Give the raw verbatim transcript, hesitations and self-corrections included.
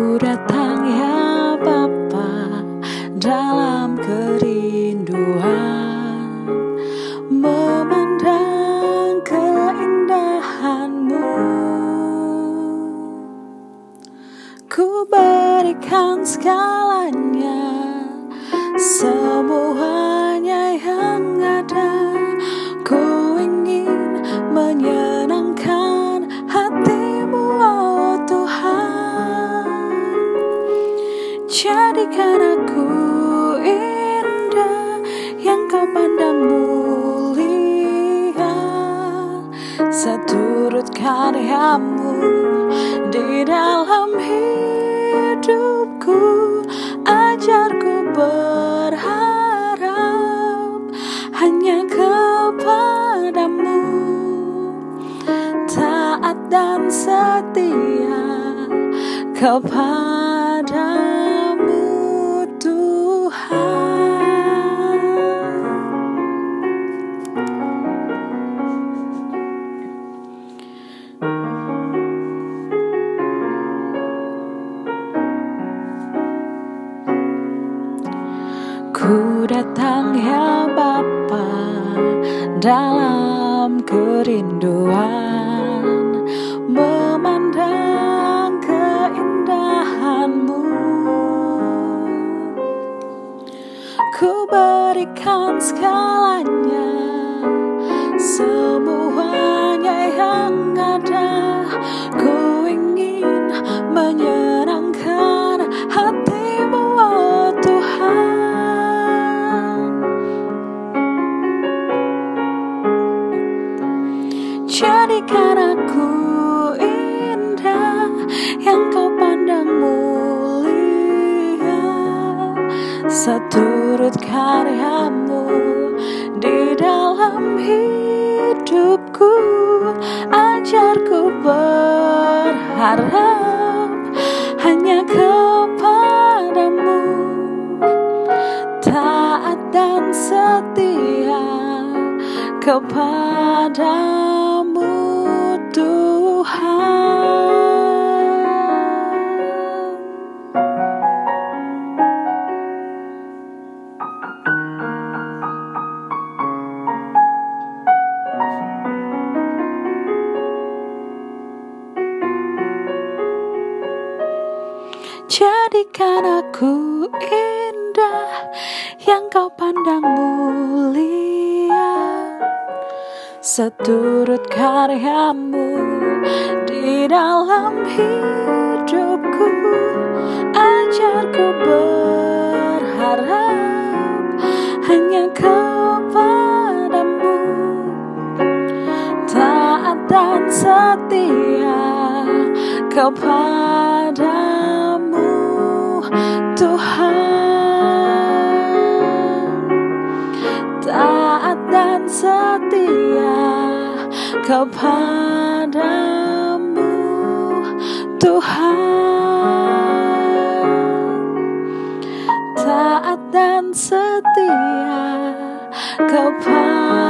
datang ya Bapa dalam kerinduan, memandang keindahan-Mu. Ku berikan segalanya, semuanya yang ada. Ku ingin menyenangkan hati-Mu, oh Tuhan. Jadikan aku indah yang Kau pandang mulia, seturut karya-Mu di dalam hidupku. Ajarku berharap hanya kepada-Mu, taat dan setia kepada-Mu Tuhan. Ku datang ya Bapa dalam kerinduan, memandang keindahan-Mu. Ku berikan segalanya, semuanya yang ada. Ku ingin menyenangkan hati-Mu, oh Tuhan. Jadikan aku indah yang Kau pandang mulia, seturut karya-Mu di dalam hidupku. Ajarku berharap hanya kepada-Mu, taat dan setia kepada-Mu Tuhan. Jadikan aku indah yang Kau pandang mulia, seturut karya-Mu di dalam hidupku. Ajarku berharap hanya kepada-Mu, taat dan setia kepada-Mu Tuhan. Taat dan setia kepada-Mu Tuhan. Taat dan setia kepada